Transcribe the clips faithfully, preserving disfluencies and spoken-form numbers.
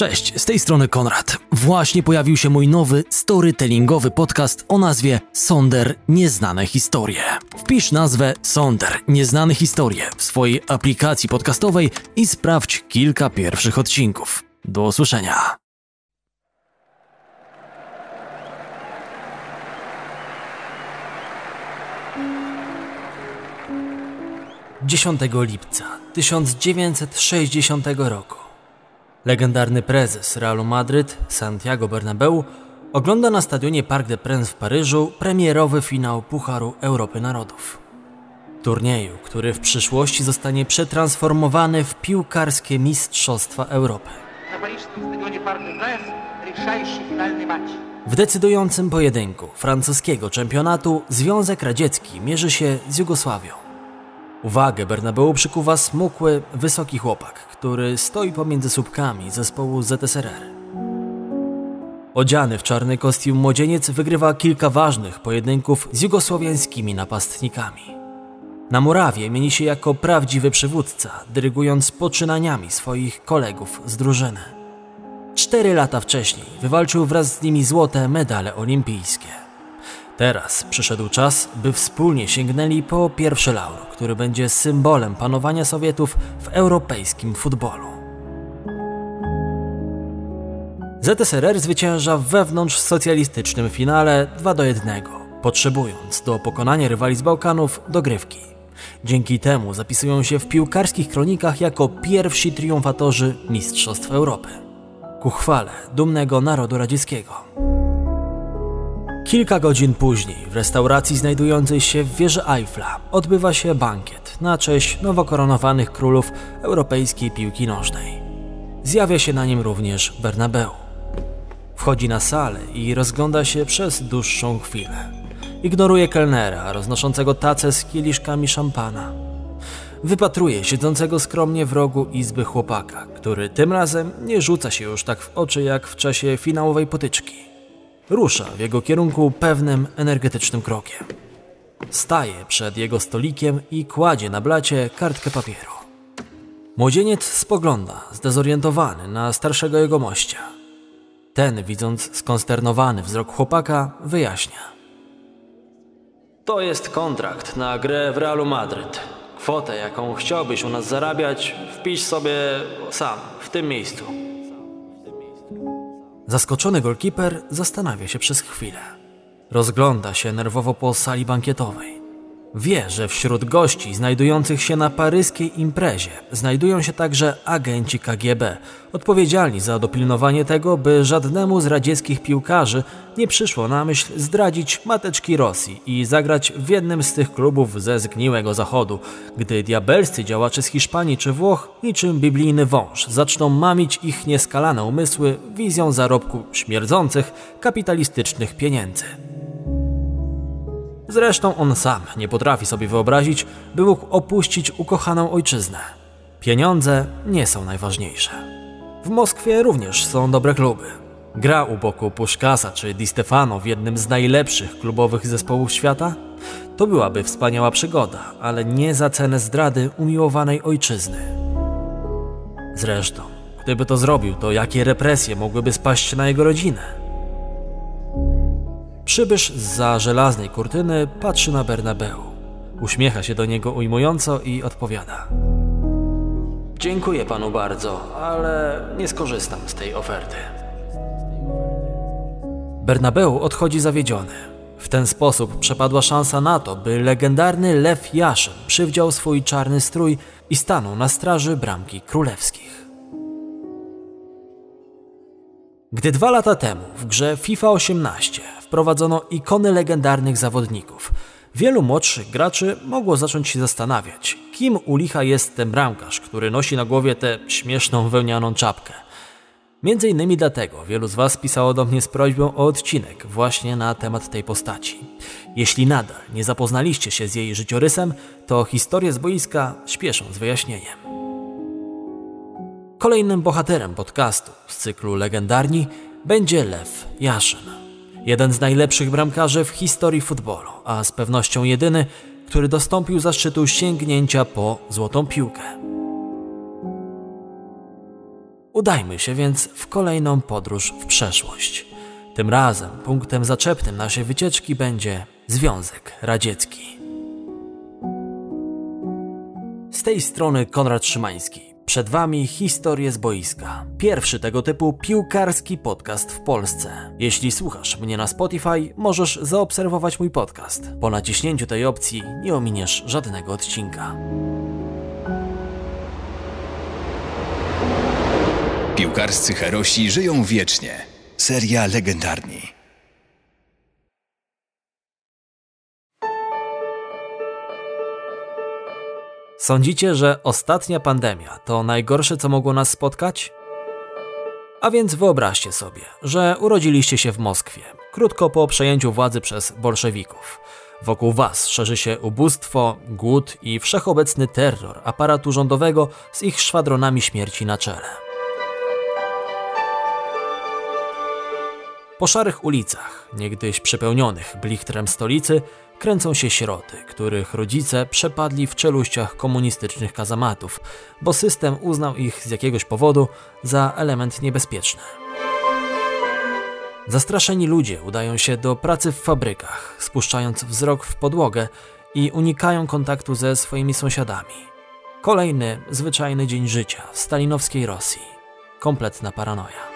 Cześć, z tej strony Konrad. Właśnie pojawił się mój nowy storytellingowy podcast o nazwie Sonder Nieznane Historie. Wpisz nazwę Sonder Nieznane Historie w swojej aplikacji podcastowej i sprawdź kilka pierwszych odcinków. Do usłyszenia. dziesiątego lipca tysiąc dziewięćset sześćdziesiątego roku. Legendarny prezes Realu Madryt, Santiago Bernabeu, ogląda na stadionie Parc des Princes w Paryżu premierowy finał Pucharu Europy Narodów. Turnieju, który w przyszłości zostanie przetransformowany w piłkarskie Mistrzostwa Europy. W decydującym pojedynku francuskiego czempionatu Związek Radziecki mierzy się z Jugosławią. Uwagę Bernabeu przykuwa smukły, wysoki chłopak, który stoi pomiędzy słupkami zespołu Z S R R. Odziany w czarny kostium młodzieniec wygrywa kilka ważnych pojedynków z jugosłowiańskimi napastnikami. Na murawie mieni się jako prawdziwy przywódca, dyrygując poczynaniami swoich kolegów z drużyny. Cztery lata wcześniej wywalczył wraz z nimi złote medale olimpijskie. Teraz przyszedł czas, by wspólnie sięgnęli po pierwszy laur, który będzie symbolem panowania Sowietów w europejskim futbolu. Z S R R zwycięża w wewnątrzsocjalistycznym finale dwa do jednego, potrzebując do pokonania rywali z Bałkanów dogrywki. Dzięki temu zapisują się w piłkarskich kronikach jako pierwsi triumfatorzy Mistrzostw Europy. Ku chwale dumnego narodu radzieckiego. Kilka godzin później w restauracji znajdującej się w wieży Eiffla odbywa się bankiet na cześć nowokoronowanych królów europejskiej piłki nożnej. Zjawia się na nim również Bernabeu. Wchodzi na salę i rozgląda się przez dłuższą chwilę. Ignoruje kelnera roznoszącego tacę z kieliszkami szampana. Wypatruje siedzącego skromnie w rogu izby chłopaka, który tym razem nie rzuca się już tak w oczy jak w czasie finałowej potyczki. Rusza w jego kierunku pewnym energetycznym krokiem. Staje przed jego stolikiem i kładzie na blacie kartkę papieru. Młodzieniec spogląda zdezorientowany na starszego jegomościa. Ten, widząc skonsternowany wzrok chłopaka, wyjaśnia. To jest kontrakt na grę w Realu Madryt. Kwotę, jaką chciałbyś u nas zarabiać, wpisz sobie sam, w tym miejscu. Zaskoczony golkiper zastanawia się przez chwilę. Rozgląda się nerwowo po sali bankietowej. Wie, że wśród gości znajdujących się na paryskiej imprezie znajdują się także agenci K G B, odpowiedzialni za dopilnowanie tego, by żadnemu z radzieckich piłkarzy nie przyszło na myśl zdradzić mateczki Rosji i zagrać w jednym z tych klubów ze zgniłego zachodu, gdy diabelscy działacze z Hiszpanii czy Włoch, niczym biblijny wąż, zaczną mamić ich nieskalane umysły wizją zarobku śmierdzących, kapitalistycznych pieniędzy. Zresztą on sam nie potrafi sobie wyobrazić, by mógł opuścić ukochaną ojczyznę. Pieniądze nie są najważniejsze. W Moskwie również są dobre kluby. Gra u boku Puszkasa czy Di Stefano w jednym z najlepszych klubowych zespołów świata? To byłaby wspaniała przygoda, ale nie za cenę zdrady umiłowanej ojczyzny. Zresztą, gdyby to zrobił, to jakie represje mogłyby spaść na jego rodzinę? Przybysz zza żelaznej kurtyny patrzy na Bernabeu. Uśmiecha się do niego ujmująco i odpowiada. Dziękuję panu bardzo, ale nie skorzystam z tej oferty. Bernabeu odchodzi zawiedziony. W ten sposób przepadła szansa na to, by legendarny Lew Jaszyn przywdział swój czarny strój i stanął na straży bramki królewskich. Gdy dwa lata temu w grze FIFA osiemnaście wprowadzono ikony legendarnych zawodników, wielu młodszych graczy mogło zacząć się zastanawiać, kim u licha jest ten bramkarz, który nosi na głowie tę śmieszną wełnianą czapkę. Między innymi dlatego wielu z was pisało do mnie z prośbą o odcinek właśnie na temat tej postaci. Jeśli nadal nie zapoznaliście się z jej życiorysem, to historię z boiska śpieszą z wyjaśnieniem. Kolejnym bohaterem podcastu z cyklu Legendarni będzie Lew Jaszyn. Jeden z najlepszych bramkarzy w historii futbolu, a z pewnością jedyny, który dostąpił zaszczytu sięgnięcia po złotą piłkę. Udajmy się więc w kolejną podróż w przeszłość. Tym razem punktem zaczepnym naszej wycieczki będzie Związek Radziecki. Z tej strony Konrad Szymański. Przed Wami historie z boiska. Pierwszy tego typu piłkarski podcast w Polsce. Jeśli słuchasz mnie na Spotify, możesz zaobserwować mój podcast. Po naciśnięciu tej opcji nie ominiesz żadnego odcinka. Piłkarscy herosi żyją wiecznie. Seria Legendarni. Sądzicie, że ostatnia pandemia to najgorsze, co mogło nas spotkać? A więc wyobraźcie sobie, że urodziliście się w Moskwie, krótko po przejęciu władzy przez bolszewików. Wokół was szerzy się ubóstwo, głód i wszechobecny terror aparatu rządowego z ich szwadronami śmierci na czele. Po szarych ulicach, niegdyś przepełnionych blichtrem stolicy, kręcą się sieroty, których rodzice przepadli w czeluściach komunistycznych kazamatów, bo system uznał ich z jakiegoś powodu za element niebezpieczny. Zastraszeni ludzie udają się do pracy w fabrykach, spuszczając wzrok w podłogę i unikają kontaktu ze swoimi sąsiadami. Kolejny zwyczajny dzień życia w stalinowskiej Rosji. Kompletna paranoja.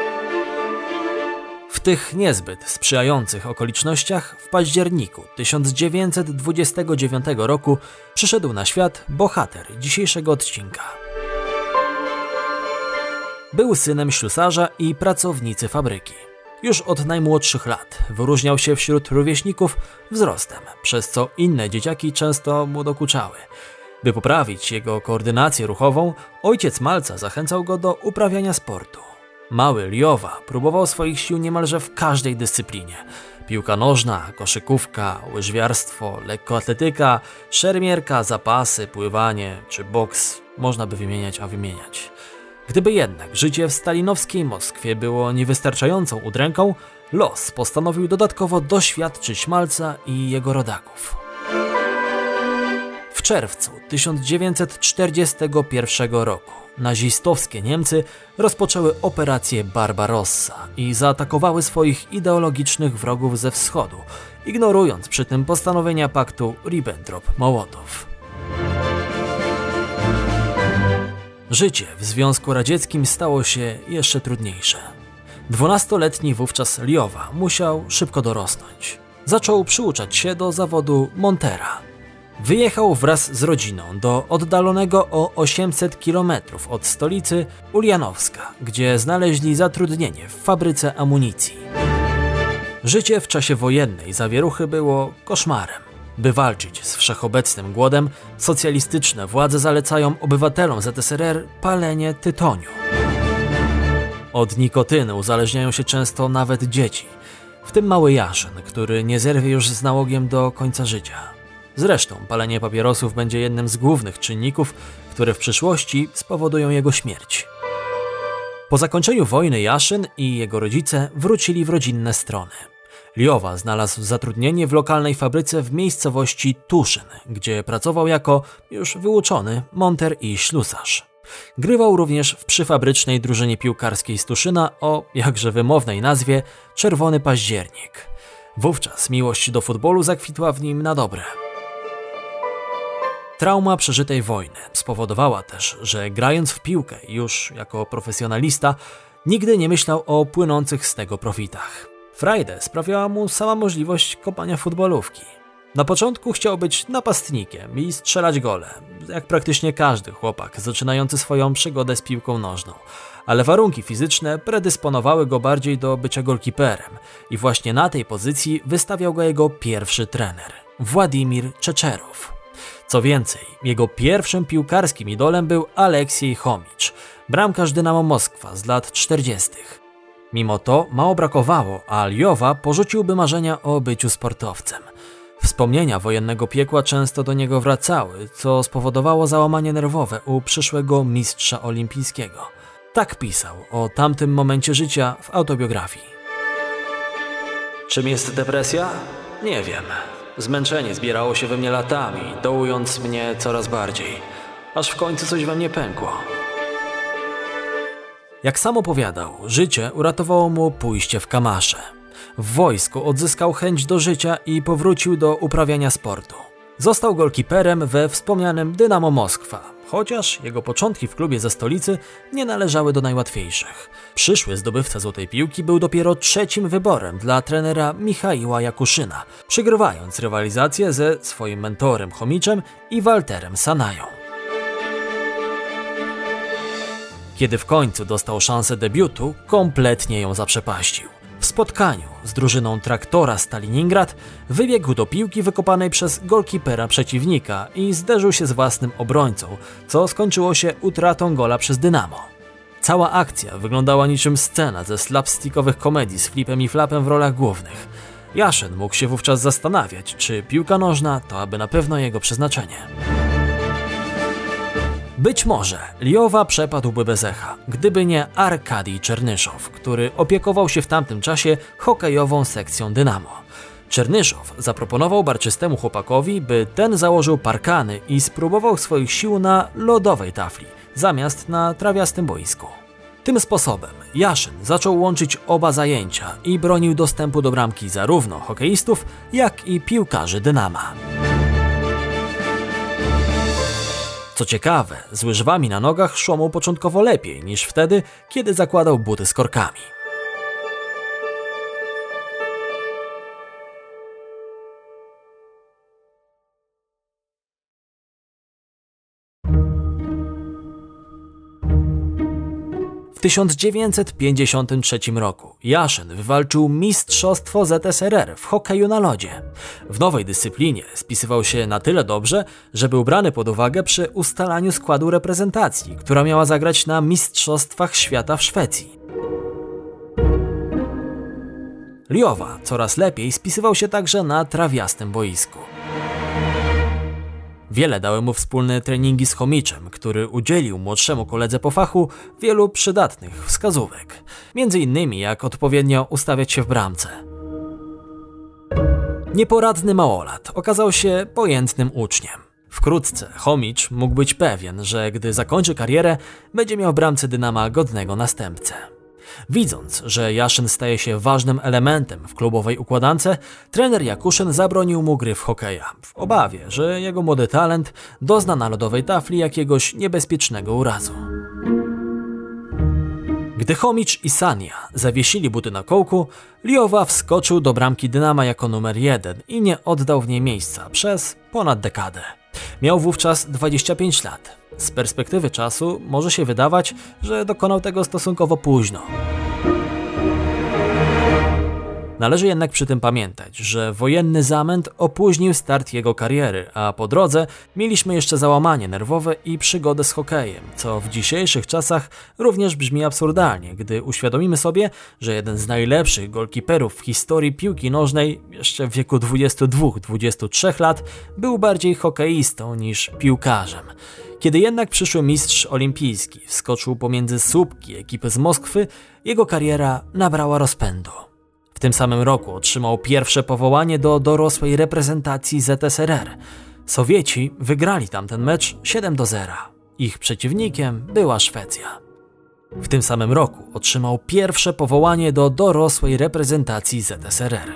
W tych niezbyt sprzyjających okolicznościach w październiku tysiąc dziewięćset dwudziestego dziewiątego roku przyszedł na świat bohater dzisiejszego odcinka. Był synem ślusarza i pracownicy fabryki. Już od najmłodszych lat wyróżniał się wśród rówieśników wzrostem, przez co inne dzieciaki często mu dokuczały. By poprawić jego koordynację ruchową, ojciec malca zachęcał go do uprawiania sportu. Mały Ljowa próbował swoich sił niemalże w każdej dyscyplinie. Piłka nożna, koszykówka, łyżwiarstwo, lekkoatletyka, szermierka, zapasy, pływanie czy boks. Można by wymieniać, a wymieniać. Gdyby jednak życie w stalinowskiej Moskwie było niewystarczającą udręką, los postanowił dodatkowo doświadczyć malca i jego rodaków. W czerwcu tysiąc dziewięćset czterdziestego pierwszego roku nazistowskie Niemcy rozpoczęły operację Barbarossa i zaatakowały swoich ideologicznych wrogów ze wschodu, ignorując przy tym postanowienia paktu Ribbentrop-Mołotow. Życie w Związku Radzieckim stało się jeszcze trudniejsze. Dwunastoletni wówczas Ljowa musiał szybko dorosnąć. Zaczął przyuczać się do zawodu montera. Wyjechał wraz z rodziną do oddalonego o osiemset kilometrów od stolicy Uljanowska, gdzie znaleźli zatrudnienie w fabryce amunicji. Życie w czasie wojennej zawieruchy było koszmarem. By walczyć z wszechobecnym głodem, socjalistyczne władze zalecają obywatelom Z S R R palenie tytoniu. Od nikotyny uzależniają się często nawet dzieci, w tym mały Jaszyn, który nie zerwie już z nałogiem do końca życia. Zresztą palenie papierosów będzie jednym z głównych czynników, które w przyszłości spowodują jego śmierć. Po zakończeniu wojny Jaszyn i jego rodzice wrócili w rodzinne strony. Ljowa znalazł zatrudnienie w lokalnej fabryce w miejscowości Tuszyn, gdzie pracował jako już wyuczony monter i ślusarz. Grywał również w przyfabrycznej drużynie piłkarskiej z Tuszyna o jakże wymownej nazwie Czerwony Październik. Wówczas miłość do futbolu zakwitła w nim na dobre. Trauma przeżytej wojny spowodowała też, że grając w piłkę już jako profesjonalista, nigdy nie myślał o płynących z tego profitach. Frajdę sprawiała mu sama możliwość kopania futbolówki. Na początku chciał być napastnikiem i strzelać gole, jak praktycznie każdy chłopak zaczynający swoją przygodę z piłką nożną, ale warunki fizyczne predysponowały go bardziej do bycia golkiperem i właśnie na tej pozycji wystawiał go jego pierwszy trener, Władimir Czeczerow. Co więcej, jego pierwszym piłkarskim idolem był Aleksiej Chomicz, bramkarz Dynamo Moskwa z lat czterdziestych. Mimo to mało brakowało, a Ljowa porzuciłby marzenia o byciu sportowcem. Wspomnienia wojennego piekła często do niego wracały, co spowodowało załamanie nerwowe u przyszłego mistrza olimpijskiego. Tak pisał o tamtym momencie życia w autobiografii. Czym jest depresja? Nie wiem. Zmęczenie zbierało się we mnie latami, dołując mnie coraz bardziej, aż w końcu coś we mnie pękło. Jak sam opowiadał, życie uratowało mu pójście w kamasze. W wojsku odzyskał chęć do życia i powrócił do uprawiania sportu. Został golkiperem we wspomnianym Dynamo Moskwa, chociaż jego początki w klubie ze stolicy nie należały do najłatwiejszych. Przyszły zdobywca złotej piłki był dopiero trzecim wyborem dla trenera Michaiła Jakuszyna, przegrywając rywalizację ze swoim mentorem Chomiczem i Walterem Sanają. Kiedy w końcu dostał szansę debiutu, kompletnie ją zaprzepaścił. W spotkaniu z drużyną Traktora Staliningrad wybiegł do piłki wykopanej przez golkipera przeciwnika i zderzył się z własnym obrońcą, co skończyło się utratą gola przez Dynamo. Cała akcja wyglądała niczym scena ze slapstickowych komedii z Flipem i Flapem w rolach głównych. Jaszyn mógł się wówczas zastanawiać, czy piłka nożna to aby na pewno jego przeznaczenie. Być może Liowa przepadłby bez echa, gdyby nie Arkadij Czernyszow, który opiekował się w tamtym czasie hokejową sekcją Dynamo. Czernyszow zaproponował barczystemu chłopakowi, by ten założył parkany i spróbował swoich sił na lodowej tafli, zamiast na trawiastym boisku. Tym sposobem Jaszyn zaczął łączyć oba zajęcia i bronił dostępu do bramki zarówno hokeistów, jak i piłkarzy Dynama. Co ciekawe, z łyżwami na nogach szło mu początkowo lepiej niż wtedy, kiedy zakładał buty z korkami. W tysiąc dziewięćset pięćdziesiątym trzecim roku Jaszyn wywalczył mistrzostwo Z S R R w hokeju na lodzie. W nowej dyscyplinie spisywał się na tyle dobrze, że był brany pod uwagę przy ustalaniu składu reprezentacji, która miała zagrać na Mistrzostwach Świata w Szwecji. Liowa coraz lepiej spisywał się także na trawiastym boisku. Wiele dały mu wspólne treningi z Chomiczem, który udzielił młodszemu koledze po fachu wielu przydatnych wskazówek. Między innymi jak odpowiednio ustawiać się w bramce. Nieporadny małolat okazał się pojętnym uczniem. Wkrótce Chomicz mógł być pewien, że gdy zakończy karierę, będzie miał w bramce Dynama godnego następcę. Widząc, że Jaszyn staje się ważnym elementem w klubowej układance, trener Jakuszyn zabronił mu gry w hokeja, w obawie, że jego młody talent dozna na lodowej tafli jakiegoś niebezpiecznego urazu. Gdy Chomicz i Sania zawiesili buty na kołku, Liowa wskoczył do bramki Dynama jako numer jeden i nie oddał w niej miejsca przez ponad dekadę. Miał wówczas dwadzieścia pięć lat. Z perspektywy czasu może się wydawać, że dokonał tego stosunkowo późno. Należy jednak przy tym pamiętać, że wojenny zamęt opóźnił start jego kariery, a po drodze mieliśmy jeszcze załamanie nerwowe i przygodę z hokejem, co w dzisiejszych czasach również brzmi absurdalnie, gdy uświadomimy sobie, że jeden z najlepszych golkiperów w historii piłki nożnej jeszcze w wieku dwudziestu dwóch dwudziestu trzech lat był bardziej hokeistą niż piłkarzem. Kiedy jednak przyszły mistrz olimpijski wskoczył pomiędzy słupki ekipy z Moskwy, jego kariera nabrała rozpędu. W tym samym roku otrzymał pierwsze powołanie do dorosłej reprezentacji Z S R R. Sowieci wygrali tamten mecz siedem do zera. Ich przeciwnikiem była Szwecja. W tym samym roku otrzymał pierwsze powołanie do dorosłej reprezentacji Z S R R.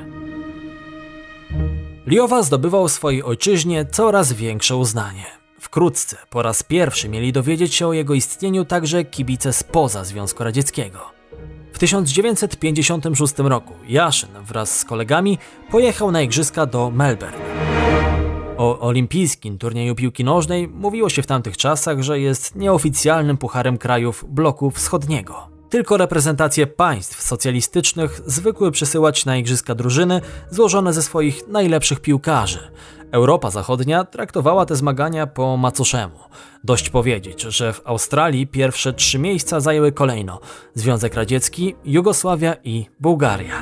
Liowa zdobywał w swojej ojczyźnie coraz większe uznanie. Wkrótce po raz pierwszy mieli dowiedzieć się o jego istnieniu także kibice spoza Związku Radzieckiego. W tysiąc dziewięćset pięćdziesiątym szóstym roku Jaszyn wraz z kolegami pojechał na igrzyska do Melbourne. O olimpijskim turnieju piłki nożnej mówiło się w tamtych czasach, że jest nieoficjalnym pucharem krajów bloku wschodniego. Tylko reprezentacje państw socjalistycznych zwykły przysyłać na igrzyska drużyny złożone ze swoich najlepszych piłkarzy. Europa Zachodnia traktowała te zmagania po macoszemu. Dość powiedzieć, że w Australii pierwsze trzy miejsca zajęły kolejno Związek Radziecki, Jugosławia i Bułgaria.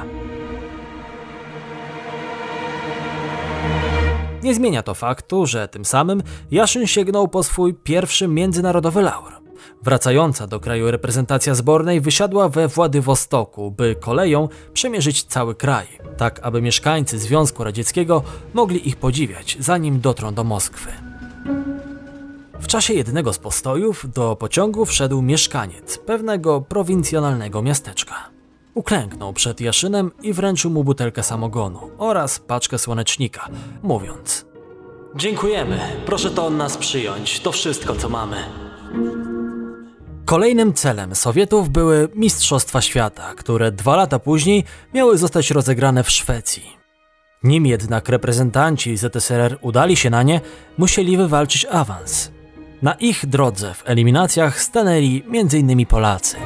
Nie zmienia to faktu, że tym samym Jaszyn sięgnął po swój pierwszy międzynarodowy laur. Wracająca do kraju reprezentacja zbornej wysiadła we Władywostoku, by koleją przemierzyć cały kraj, tak aby mieszkańcy Związku Radzieckiego mogli ich podziwiać, zanim dotrą do Moskwy. W czasie jednego z postojów do pociągu wszedł mieszkaniec pewnego prowincjonalnego miasteczka. Uklęknął przed Jaszynem i wręczył mu butelkę samogonu oraz paczkę słonecznika, mówiąc: dziękujemy, proszę to od nas przyjąć, to wszystko co mamy. Kolejnym celem Sowietów były Mistrzostwa Świata, które dwa lata później miały zostać rozegrane w Szwecji. Nim jednak reprezentanci Z S R R udali się na nie, musieli wywalczyć awans. Na ich drodze w eliminacjach stanęli między innymi Polacy.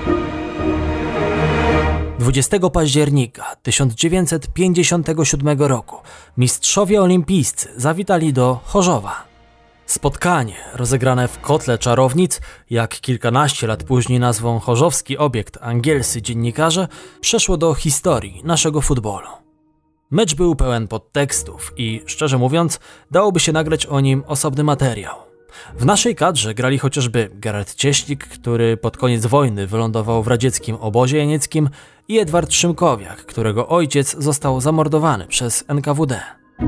dwudziestego października tysiąc dziewięćset pięćdziesiątego siódmego roku mistrzowie olimpijscy zawitali do Chorzowa. Spotkanie, rozegrane w Kotle Czarownic, jak kilkanaście lat później nazwą chorzowski obiekt angielscy dziennikarze, przeszło do historii naszego futbolu. Mecz był pełen podtekstów i, szczerze mówiąc, dałoby się nagrać o nim osobny materiał. W naszej kadrze grali chociażby Gerard Cieślik, który pod koniec wojny wylądował w radzieckim obozie jenieckim, i Edward Szymkowiak, którego ojciec został zamordowany przez N K W D.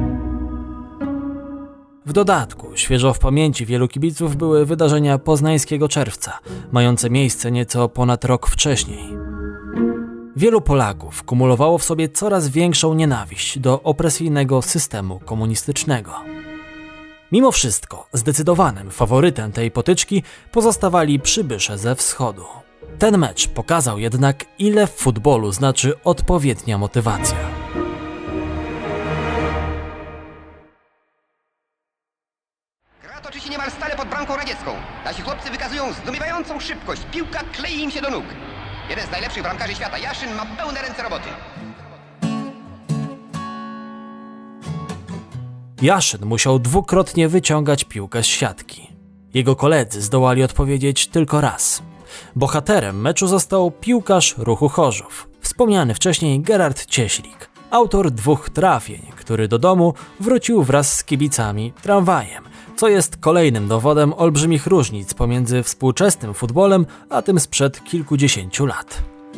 W dodatku, świeżo w pamięci wielu kibiców były wydarzenia poznańskiego czerwca, mające miejsce nieco ponad rok wcześniej. Wielu Polaków kumulowało w sobie coraz większą nienawiść do opresyjnego systemu komunistycznego. Mimo wszystko, zdecydowanym faworytem tej potyczki pozostawali przybysze ze wschodu. Ten mecz pokazał jednak, ile w futbolu znaczy odpowiednia motywacja. Gra toczy się niemal stale pod bramką radziecką. Nasi chłopcy wykazują zdumiewającą szybkość. Piłka klei im się do nóg. Jeden z najlepszych bramkarzy świata, Jaszyn, ma pełne ręce roboty. Jaszyn musiał dwukrotnie wyciągać piłkę z siatki. Jego koledzy zdołali odpowiedzieć tylko raz. Bohaterem meczu został piłkarz Ruchu Chorzów, wspomniany wcześniej Gerard Cieślik, autor dwóch trafień, który do domu wrócił wraz z kibicami tramwajem, co jest kolejnym dowodem olbrzymich różnic pomiędzy współczesnym futbolem a tym sprzed kilkudziesięciu lat.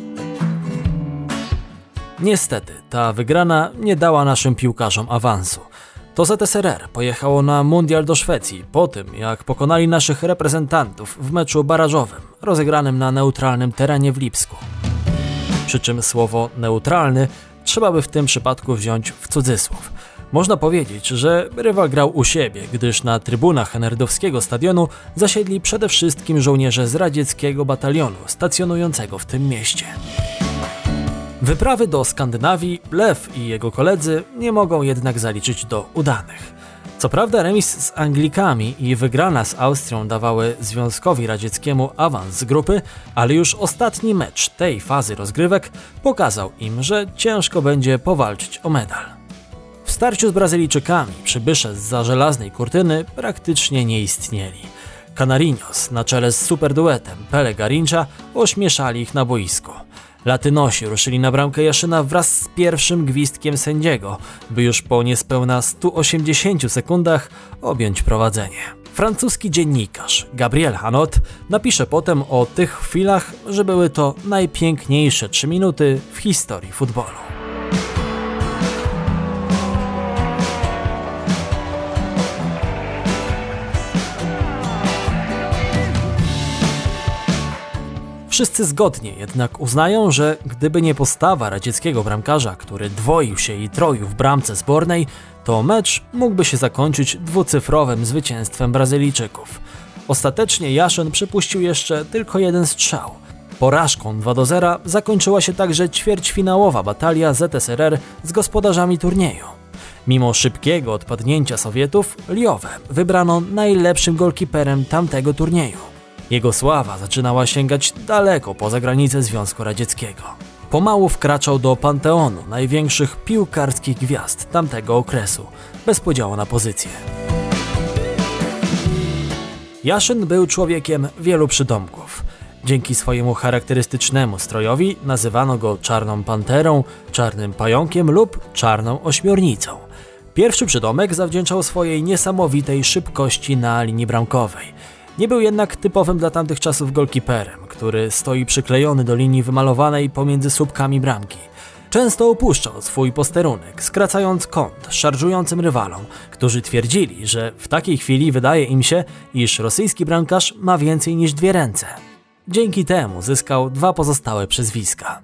Niestety, ta wygrana nie dała naszym piłkarzom awansu. To Z S R R pojechało na mundial do Szwecji po tym, jak pokonali naszych reprezentantów w meczu barażowym rozegranym na neutralnym terenie w Lipsku. Przy czym słowo neutralny trzeba by w tym przypadku wziąć w cudzysłów. Można powiedzieć, że rywal grał u siebie, gdyż na trybunach nerdowskiego stadionu zasiedli przede wszystkim żołnierze z radzieckiego batalionu stacjonującego w tym mieście. Wyprawy do Skandynawii Lew i jego koledzy nie mogą jednak zaliczyć do udanych. Co prawda remis z Anglikami i wygrana z Austrią dawały Związkowi Radzieckiemu awans z grupy, ale już ostatni mecz tej fazy rozgrywek pokazał im, że ciężko będzie powalczyć o medal. W starciu z Brazylijczykami przybysze zza żelaznej kurtyny praktycznie nie istnieli. Canarinos na czele z superduetem Pele Garincha ośmieszali ich na boisku. Latynosi ruszyli na bramkę Jaszyna wraz z pierwszym gwizdkiem sędziego, by już po niespełna stu osiemdziesięciu sekundach objąć prowadzenie. Francuski dziennikarz Gabriel Hanot napisze potem o tych chwilach, że były to najpiękniejsze trzy minuty w historii futbolu. Wszyscy zgodnie jednak uznają, że gdyby nie postawa radzieckiego bramkarza, który dwoił się i troił w bramce zbornej, to mecz mógłby się zakończyć dwucyfrowym zwycięstwem Brazylijczyków. Ostatecznie Jaszyn przypuścił jeszcze tylko jeden strzał. Porażką dwa do zera zakończyła się także ćwierćfinałowa batalia Z S R R z gospodarzami turnieju. Mimo szybkiego odpadnięcia Sowietów, Liowę wybrano najlepszym golkiperem tamtego turnieju. Jego sława zaczynała sięgać daleko poza granice Związku Radzieckiego. Pomału wkraczał do panteonu największych piłkarskich gwiazd tamtego okresu, bez podziału na pozycje. Jaszyn był człowiekiem wielu przydomków. Dzięki swojemu charakterystycznemu strojowi nazywano go Czarną Panterą, Czarnym Pająkiem lub Czarną Ośmiornicą. Pierwszy przydomek zawdzięczał swojej niesamowitej szybkości na linii bramkowej. Nie był jednak typowym dla tamtych czasów golkiperem, który stoi przyklejony do linii wymalowanej pomiędzy słupkami bramki. Często opuszczał swój posterunek, skracając kąt szarżującym rywalom, którzy twierdzili, że w takiej chwili wydaje im się, iż rosyjski bramkarz ma więcej niż dwie ręce. Dzięki temu zyskał dwa pozostałe przezwiska.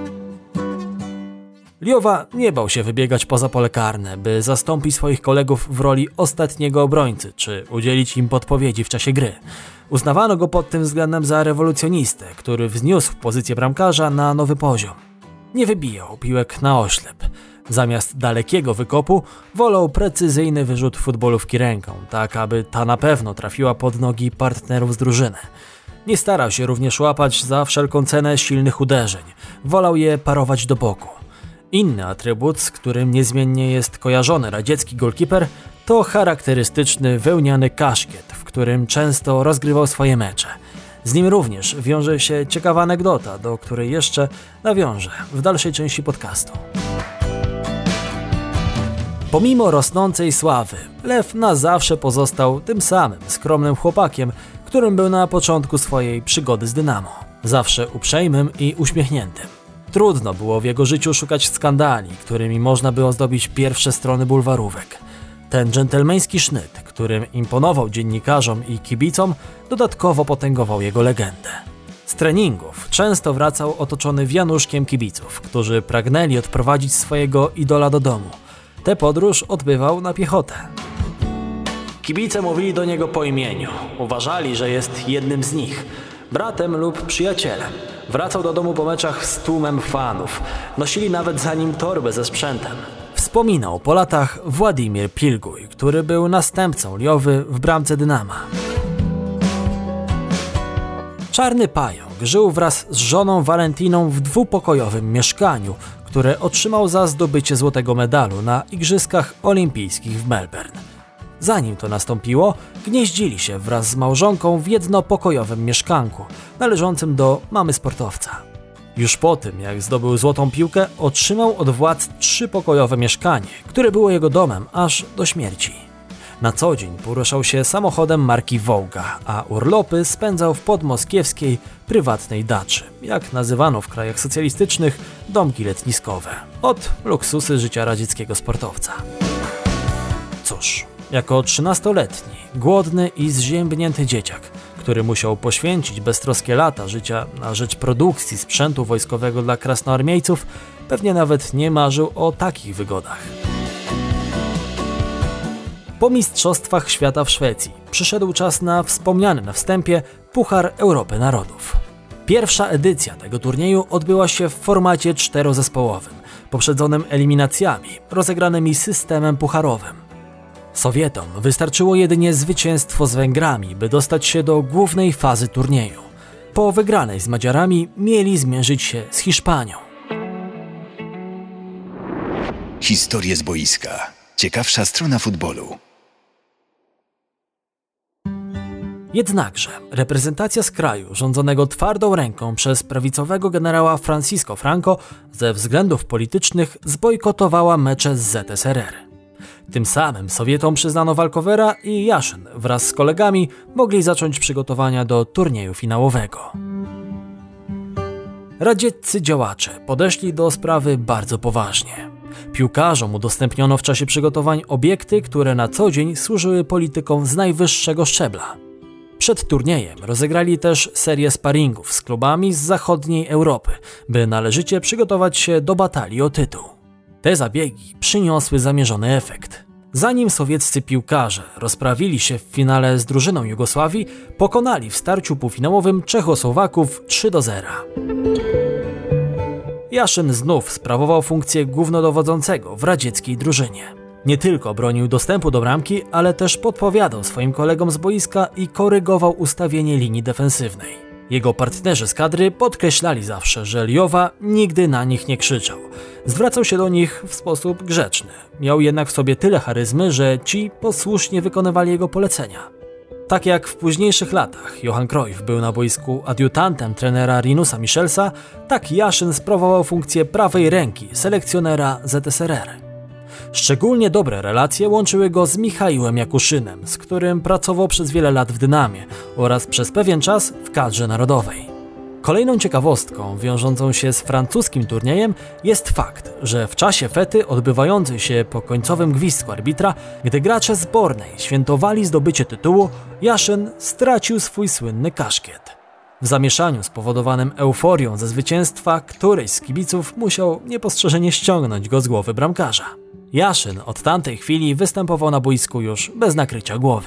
Ljowa nie bał się wybiegać poza pole karne, by zastąpić swoich kolegów w roli ostatniego obrońcy, czy udzielić im podpowiedzi w czasie gry. Uznawano go pod tym względem za rewolucjonistę, który wzniósł pozycję bramkarza na nowy poziom. Nie wybijał piłek na oślep. Zamiast dalekiego wykopu wolał precyzyjny wyrzut futbolówki ręką, tak aby ta na pewno trafiła pod nogi partnerów z drużyny. Nie starał się również łapać za wszelką cenę silnych uderzeń. Wolał je parować do boku. Inny atrybut, z którym niezmiennie jest kojarzony radziecki golkiper, to charakterystyczny wełniany kaszkiet, w którym często rozgrywał swoje mecze. Z nim również wiąże się ciekawa anegdota, do której jeszcze nawiążę w dalszej części podcastu. Pomimo rosnącej sławy, Lew na zawsze pozostał tym samym skromnym chłopakiem, którym był na początku swojej przygody z Dynamo. Zawsze uprzejmym i uśmiechniętym. Trudno było w jego życiu szukać skandali, którymi można było zdobić pierwsze strony bulwarówek. Ten dżentelmeński sznyt, którym imponował dziennikarzom i kibicom, dodatkowo potęgował jego legendę. Z treningów często wracał otoczony wianuszkiem kibiców, którzy pragnęli odprowadzić swojego idola do domu. Tę podróż odbywał na piechotę. Kibice mówili do niego po imieniu. Uważali, że jest jednym z nich, bratem lub przyjacielem. Wracał do domu po meczach z tłumem fanów. Nosili nawet za nim torbę ze sprzętem. Wspominał po latach Władimir Pilguj, który był następcą Ljowy w bramce Dynama. Czarny pająk żył wraz z żoną Walentiną w dwupokojowym mieszkaniu, które otrzymał za zdobycie złotego medalu na Igrzyskach Olimpijskich w Melbourne. Zanim to nastąpiło, gnieździli się wraz z małżonką w jednopokojowym mieszkanku, należącym do mamy sportowca. Już po tym, jak zdobył złotą piłkę, otrzymał od władz trzypokojowe mieszkanie, które było jego domem aż do śmierci. Na co dzień poruszał się samochodem marki Wołga, a urlopy spędzał w podmoskiewskiej, prywatnej daczy, jak nazywano w krajach socjalistycznych domki letniskowe, od luksusy życia radzieckiego sportowca. Cóż, jako trzynastoletni, głodny i zziębnięty dzieciak, który musiał poświęcić beztroskie lata życia na rzecz produkcji sprzętu wojskowego dla krasnoarmiejców, pewnie nawet nie marzył o takich wygodach. Po Mistrzostwach Świata w Szwecji przyszedł czas na wspomniany na wstępie Puchar Europy Narodów. Pierwsza edycja tego turnieju odbyła się w formacie czterozespołowym, poprzedzonym eliminacjami rozegranymi systemem pucharowym. Sowietom wystarczyło jedynie zwycięstwo z Węgrami, by dostać się do głównej fazy turnieju. Po wygranej z Madziarami mieli zmierzyć się z Hiszpanią. Historie z boiska. Ciekawsza strona futbolu. Jednakże reprezentacja z kraju rządzonego twardą ręką przez prawicowego generała Francisco Franco ze względów politycznych zbojkotowała mecze z Z S R R. Tym samym Sowietom przyznano walkowera i Jaszyn wraz z kolegami mogli zacząć przygotowania do turnieju finałowego. Radzieccy działacze podeszli do sprawy bardzo poważnie. Piłkarzom udostępniono w czasie przygotowań obiekty, które na co dzień służyły politykom z najwyższego szczebla. Przed turniejem rozegrali też serię sparingów z klubami z zachodniej Europy, by należycie przygotować się do batalii o tytuł. Te zabiegi przyniosły zamierzony efekt. Zanim sowieccy piłkarze rozprawili się w finale z drużyną Jugosławii, pokonali w starciu półfinałowym Czechosłowaków trzy do zera. Jaszyn znów sprawował funkcję głównodowodzącego w radzieckiej drużynie. Nie tylko bronił dostępu do bramki, ale też podpowiadał swoim kolegom z boiska i korygował ustawienie linii defensywnej. Jego partnerzy z kadry podkreślali zawsze, że Ljowa nigdy na nich nie krzyczał. Zwracał się do nich w sposób grzeczny. Miał jednak w sobie tyle charyzmy, że ci posłusznie wykonywali jego polecenia. Tak jak w późniejszych latach Johan Cruyff był na boisku adiutantem trenera Rinusa Michelsa, tak Jaszyn sprawował funkcję prawej ręki selekcjonera Z S R R. Szczególnie dobre relacje łączyły go z Michaiłem Jakuszynem, z którym pracował przez wiele lat w Dynamie oraz przez pewien czas w kadrze narodowej. Kolejną ciekawostką wiążącą się z francuskim turniejem jest fakt, że w czasie fety odbywającej się po końcowym gwizdku arbitra, gdy gracze zbornej świętowali zdobycie tytułu, Jaszyn stracił swój słynny kaszkiet. W zamieszaniu spowodowanym euforią ze zwycięstwa któryś z kibiców musiał niepostrzeżenie ściągnąć go z głowy bramkarza. Jaszyn od tamtej chwili występował na boisku już bez nakrycia głowy.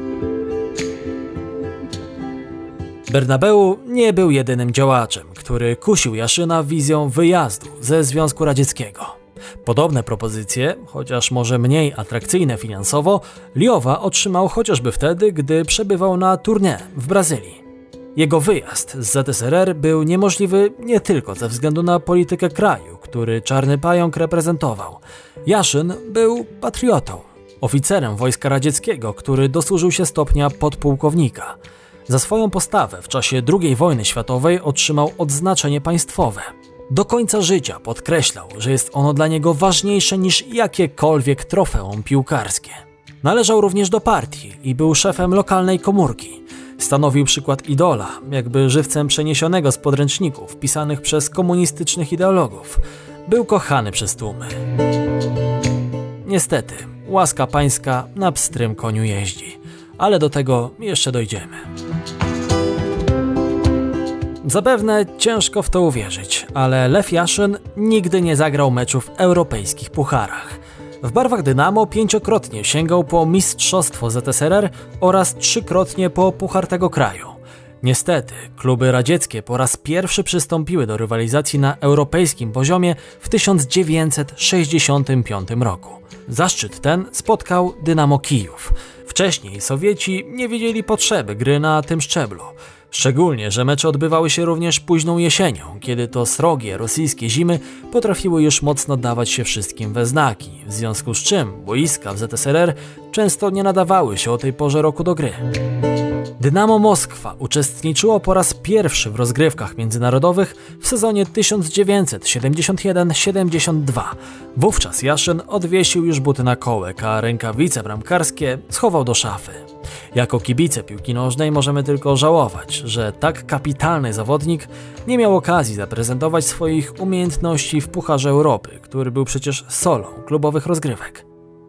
Bernabeu nie był jedynym działaczem, który kusił Jaszyna wizją wyjazdu ze Związku Radzieckiego. Podobne propozycje, chociaż może mniej atrakcyjne finansowo, Liowa otrzymał chociażby wtedy, gdy przebywał na tournée w Brazylii. Jego wyjazd z Z S R R był niemożliwy nie tylko ze względu na politykę kraju, który Czarny Pająk reprezentował. Jaszyn był patriotą, oficerem wojska radzieckiego, który dosłużył się stopnia podpułkownika. Za swoją postawę w czasie drugiej wojny światowej otrzymał odznaczenie państwowe. Do końca życia podkreślał, że jest ono dla niego ważniejsze niż jakiekolwiek trofeum piłkarskie. Należał również do partii i był szefem lokalnej komórki. Stanowił przykład idola, jakby żywcem przeniesionego z podręczników pisanych przez komunistycznych ideologów. Był kochany przez tłumy. Niestety, łaska pańska na pstrym koniu jeździ, ale do tego jeszcze dojdziemy. Zapewne ciężko w to uwierzyć, ale Lew Jaszyn nigdy nie zagrał meczu w europejskich pucharach. W barwach Dynamo pięciokrotnie sięgał po mistrzostwo Z S R R oraz trzykrotnie po puchar tego kraju. Niestety, kluby radzieckie po raz pierwszy przystąpiły do rywalizacji na europejskim poziomie w tysiąc dziewięćset sześćdziesiątym piątym roku. Zaszczyt ten spotkał Dynamo Kijów. Wcześniej Sowieci nie widzieli potrzeby gry na tym szczeblu. Szczególnie, że mecze odbywały się również późną jesienią, kiedy to srogie rosyjskie zimy potrafiły już mocno dawać się wszystkim we znaki, w związku z czym boiska w Z S R R często nie nadawały się o tej porze roku do gry. Dynamo Moskwa uczestniczyło po raz pierwszy w rozgrywkach międzynarodowych w sezonie tysiąc dziewięćset siedemdziesiąt jeden siedemdziesiąt dwa. Wówczas Jaszyn odwiesił już buty na kołek, a rękawice bramkarskie schował do szafy. Jako kibice piłki nożnej możemy tylko żałować, że tak kapitalny zawodnik nie miał okazji zaprezentować swoich umiejętności w Pucharze Europy, który był przecież solą klubowych rozgrywek.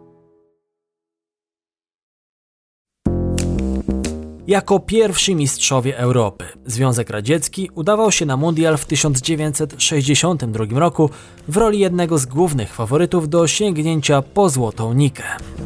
Jako pierwsi mistrzowie Europy, Związek Radziecki udawał się na mundial w tysiąc dziewięćset sześćdziesiątym drugim roku w roli jednego z głównych faworytów do sięgnięcia po złotą nikę.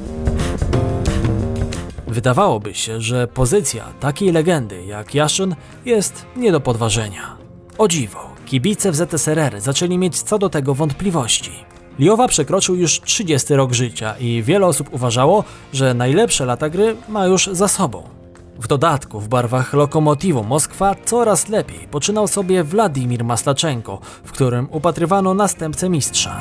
Wydawałoby się, że pozycja takiej legendy jak Jaszyn jest nie do podważenia. O dziwo, kibice w Z S R R zaczęli mieć co do tego wątpliwości. Liowa przekroczył już trzydziesty rok życia i wiele osób uważało, że najlepsze lata gry ma już za sobą. W dodatku w barwach Lokomotivu Moskwa coraz lepiej poczynał sobie Władimir Maslaczenko, w którym upatrywano następcę mistrza.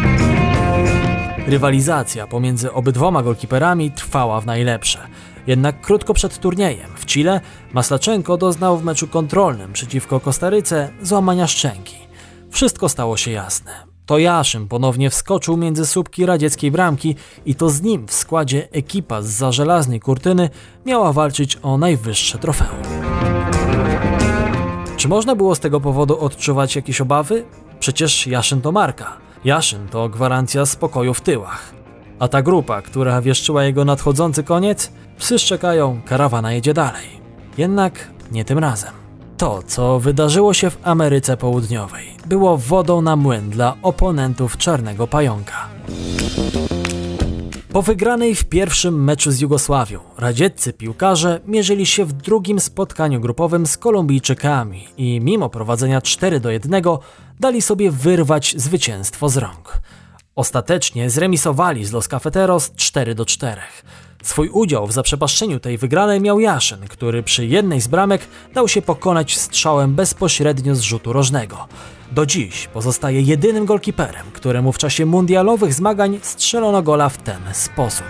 Rywalizacja pomiędzy obydwoma golkiperami trwała w najlepsze. Jednak krótko przed turniejem w Chile Maslaczenko doznał w meczu kontrolnym przeciwko Kostaryce złamania szczęki. Wszystko stało się jasne. To Jaszyn ponownie wskoczył między słupki radzieckiej bramki i to z nim w składzie ekipa zza żelaznej kurtyny miała walczyć o najwyższe trofeum. Czy można było z tego powodu odczuwać jakieś obawy? Przecież Jaszyn to marka. Jaszyn to gwarancja spokoju w tyłach. A ta grupa, która wieszczyła jego nadchodzący koniec, psy szczekają, karawana jedzie dalej. Jednak nie tym razem. To, co wydarzyło się w Ameryce Południowej, było wodą na młyn dla oponentów Czarnego Pająka. Po wygranej w pierwszym meczu z Jugosławią, radzieccy piłkarze mierzyli się w drugim spotkaniu grupowym z Kolumbijczykami i mimo prowadzenia cztery do jednego dali sobie wyrwać zwycięstwo z rąk. Ostatecznie zremisowali z Los Cafeteros cztery do czterech. Swój udział w zaprzepaszczeniu tej wygranej miał Jaszyn, który przy jednej z bramek dał się pokonać strzałem bezpośrednio z rzutu rożnego. Do dziś pozostaje jedynym golkiperem, któremu w czasie mundialowych zmagań strzelono gola w ten sposób.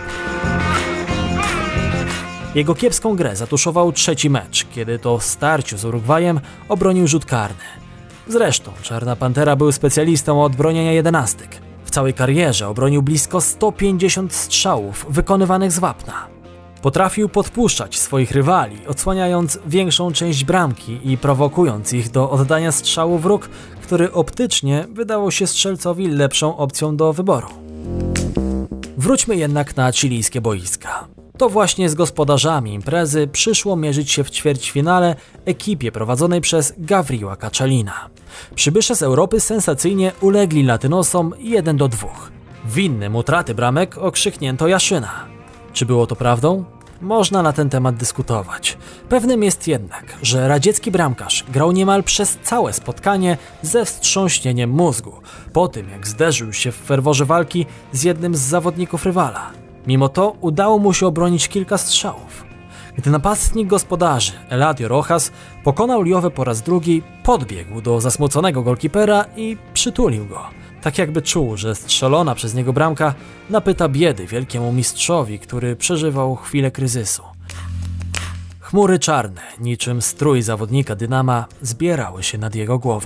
Jego kiepską grę zatuszował trzeci mecz, kiedy to w starciu z Urugwajem obronił rzut karny. Zresztą Czarna Pantera był specjalistą od bronienia jedenastek. W całej karierze obronił blisko sto pięćdziesiąt strzałów wykonywanych z wapna. Potrafił podpuszczać swoich rywali, odsłaniając większą część bramki i prowokując ich do oddania strzału w róg, który optycznie wydawał się strzelcowi lepszą opcją do wyboru. Wróćmy jednak na chilijskie boiska. To właśnie z gospodarzami imprezy przyszło mierzyć się w ćwierćfinale ekipie prowadzonej przez Gavriła Kaczelina. Przybysze z Europy sensacyjnie ulegli Latynosom jeden do dwóch. Winnym utraty bramek okrzyknięto Jaszyna. Czy było to prawdą? Można na ten temat dyskutować. Pewnym jest jednak, że radziecki bramkarz grał niemal przez całe spotkanie ze wstrząśnieniem mózgu, po tym jak zderzył się w ferworze walki z jednym z zawodników rywala. Mimo to udało mu się obronić kilka strzałów. Gdy napastnik gospodarzy, Eladio Rojas, pokonał Liowę po raz drugi, podbiegł do zasmuconego golkipera i przytulił go. Tak jakby czuł, że strzelona przez niego bramka napyta biedy wielkiemu mistrzowi, który przeżywał chwilę kryzysu. Chmury czarne, niczym strój zawodnika Dynama, zbierały się nad jego głową.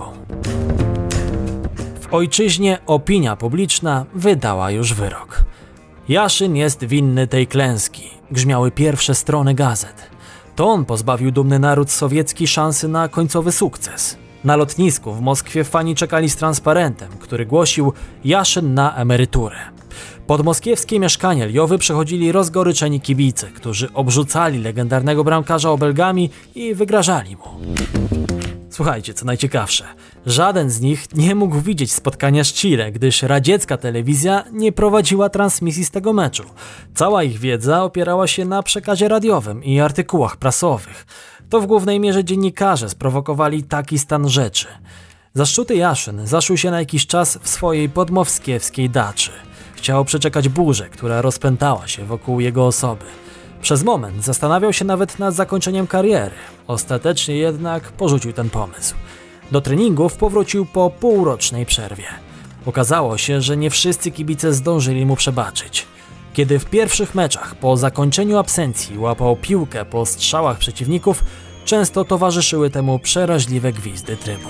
W ojczyźnie opinia publiczna wydała już wyrok. Jaszyn jest winny tej klęski, grzmiały pierwsze strony gazet. To on pozbawił dumny naród sowiecki szansy na końcowy sukces. Na lotnisku w Moskwie fani czekali z transparentem, który głosił Jaszyn na emeryturę. Pod moskiewskie mieszkanie Liowy przechodzili rozgoryczeni kibice, którzy obrzucali legendarnego bramkarza obelgami i wygrażali mu. Słuchajcie, co najciekawsze, żaden z nich nie mógł widzieć spotkania z Chile, gdyż radziecka telewizja nie prowadziła transmisji z tego meczu. Cała ich wiedza opierała się na przekazie radiowym i artykułach prasowych. To w głównej mierze dziennikarze sprowokowali taki stan rzeczy. Zaszczuty Jaszyn zaszył się na jakiś czas w swojej podmoskiewskiej daczy. Chciał przeczekać burzę, która rozpętała się wokół jego osoby. Przez moment zastanawiał się nawet nad zakończeniem kariery. Ostatecznie jednak porzucił ten pomysł. Do treningów powrócił po półrocznej przerwie. Okazało się, że nie wszyscy kibice zdążyli mu przebaczyć. Kiedy w pierwszych meczach po zakończeniu absencji łapał piłkę po strzałach przeciwników, często towarzyszyły temu przeraźliwe gwizdy trybun.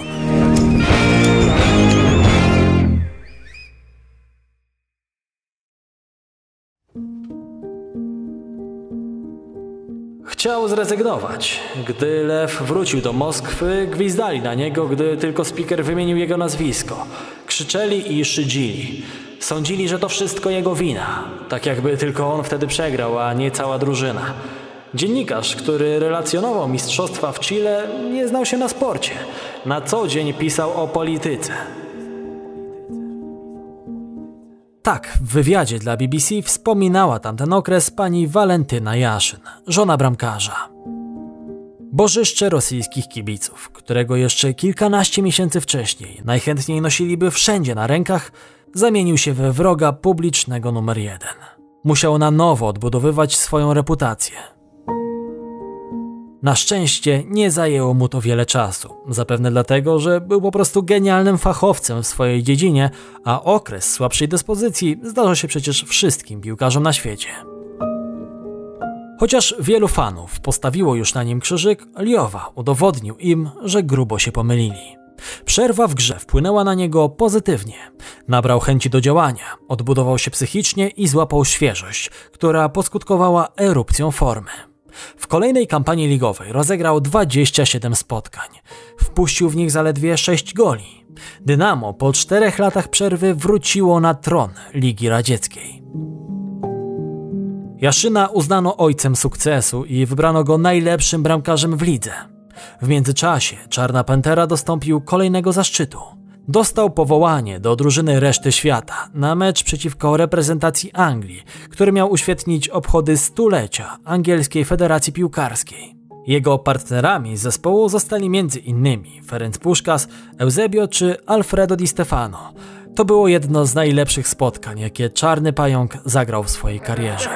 Chciał zrezygnować. Gdy Lew wrócił do Moskwy, gwizdali na niego, gdy tylko spiker wymienił jego nazwisko. Krzyczeli i szydzili. Sądzili, że to wszystko jego wina. Tak jakby tylko on wtedy przegrał, a nie cała drużyna. Dziennikarz, który relacjonował mistrzostwa w Chile, nie znał się na sporcie. Na co dzień pisał o polityce. Tak, w wywiadzie dla B B C wspominała tamten okres pani Walentyna Jaszyn, żona bramkarza. Bożyszcze rosyjskich kibiców, którego jeszcze kilkanaście miesięcy wcześniej najchętniej nosiliby wszędzie na rękach, zamienił się we wroga publicznego numer jeden. Musiał na nowo odbudowywać swoją reputację. Na szczęście nie zajęło mu to wiele czasu, zapewne dlatego, że był po prostu genialnym fachowcem w swojej dziedzinie, a okres słabszej dyspozycji zdarza się przecież wszystkim piłkarzom na świecie. Chociaż wielu fanów postawiło już na nim krzyżyk, Liowa udowodnił im, że grubo się pomylili. Przerwa w grze wpłynęła na niego pozytywnie. Nabrał chęci do działania, odbudował się psychicznie i złapał świeżość, która poskutkowała erupcją formy. W kolejnej kampanii ligowej rozegrał dwadzieścia siedem spotkań. Wpuścił w nich zaledwie sześć goli. Dynamo po czterech latach przerwy wróciło na tron Ligi Radzieckiej. Jaszyna uznano ojcem sukcesu i wybrano go najlepszym bramkarzem w lidze. W międzyczasie Czarna Pantera dostąpił kolejnego zaszczytu. Dostał powołanie do drużyny reszty świata na mecz przeciwko reprezentacji Anglii, który miał uświetnić obchody stulecia Angielskiej Federacji Piłkarskiej. Jego partnerami z zespołu zostali między innymi Ferenc Puskás, Eusebio czy Alfredo Di Stefano. To było jedno z najlepszych spotkań, jakie Czarny Pająk zagrał w swojej karierze.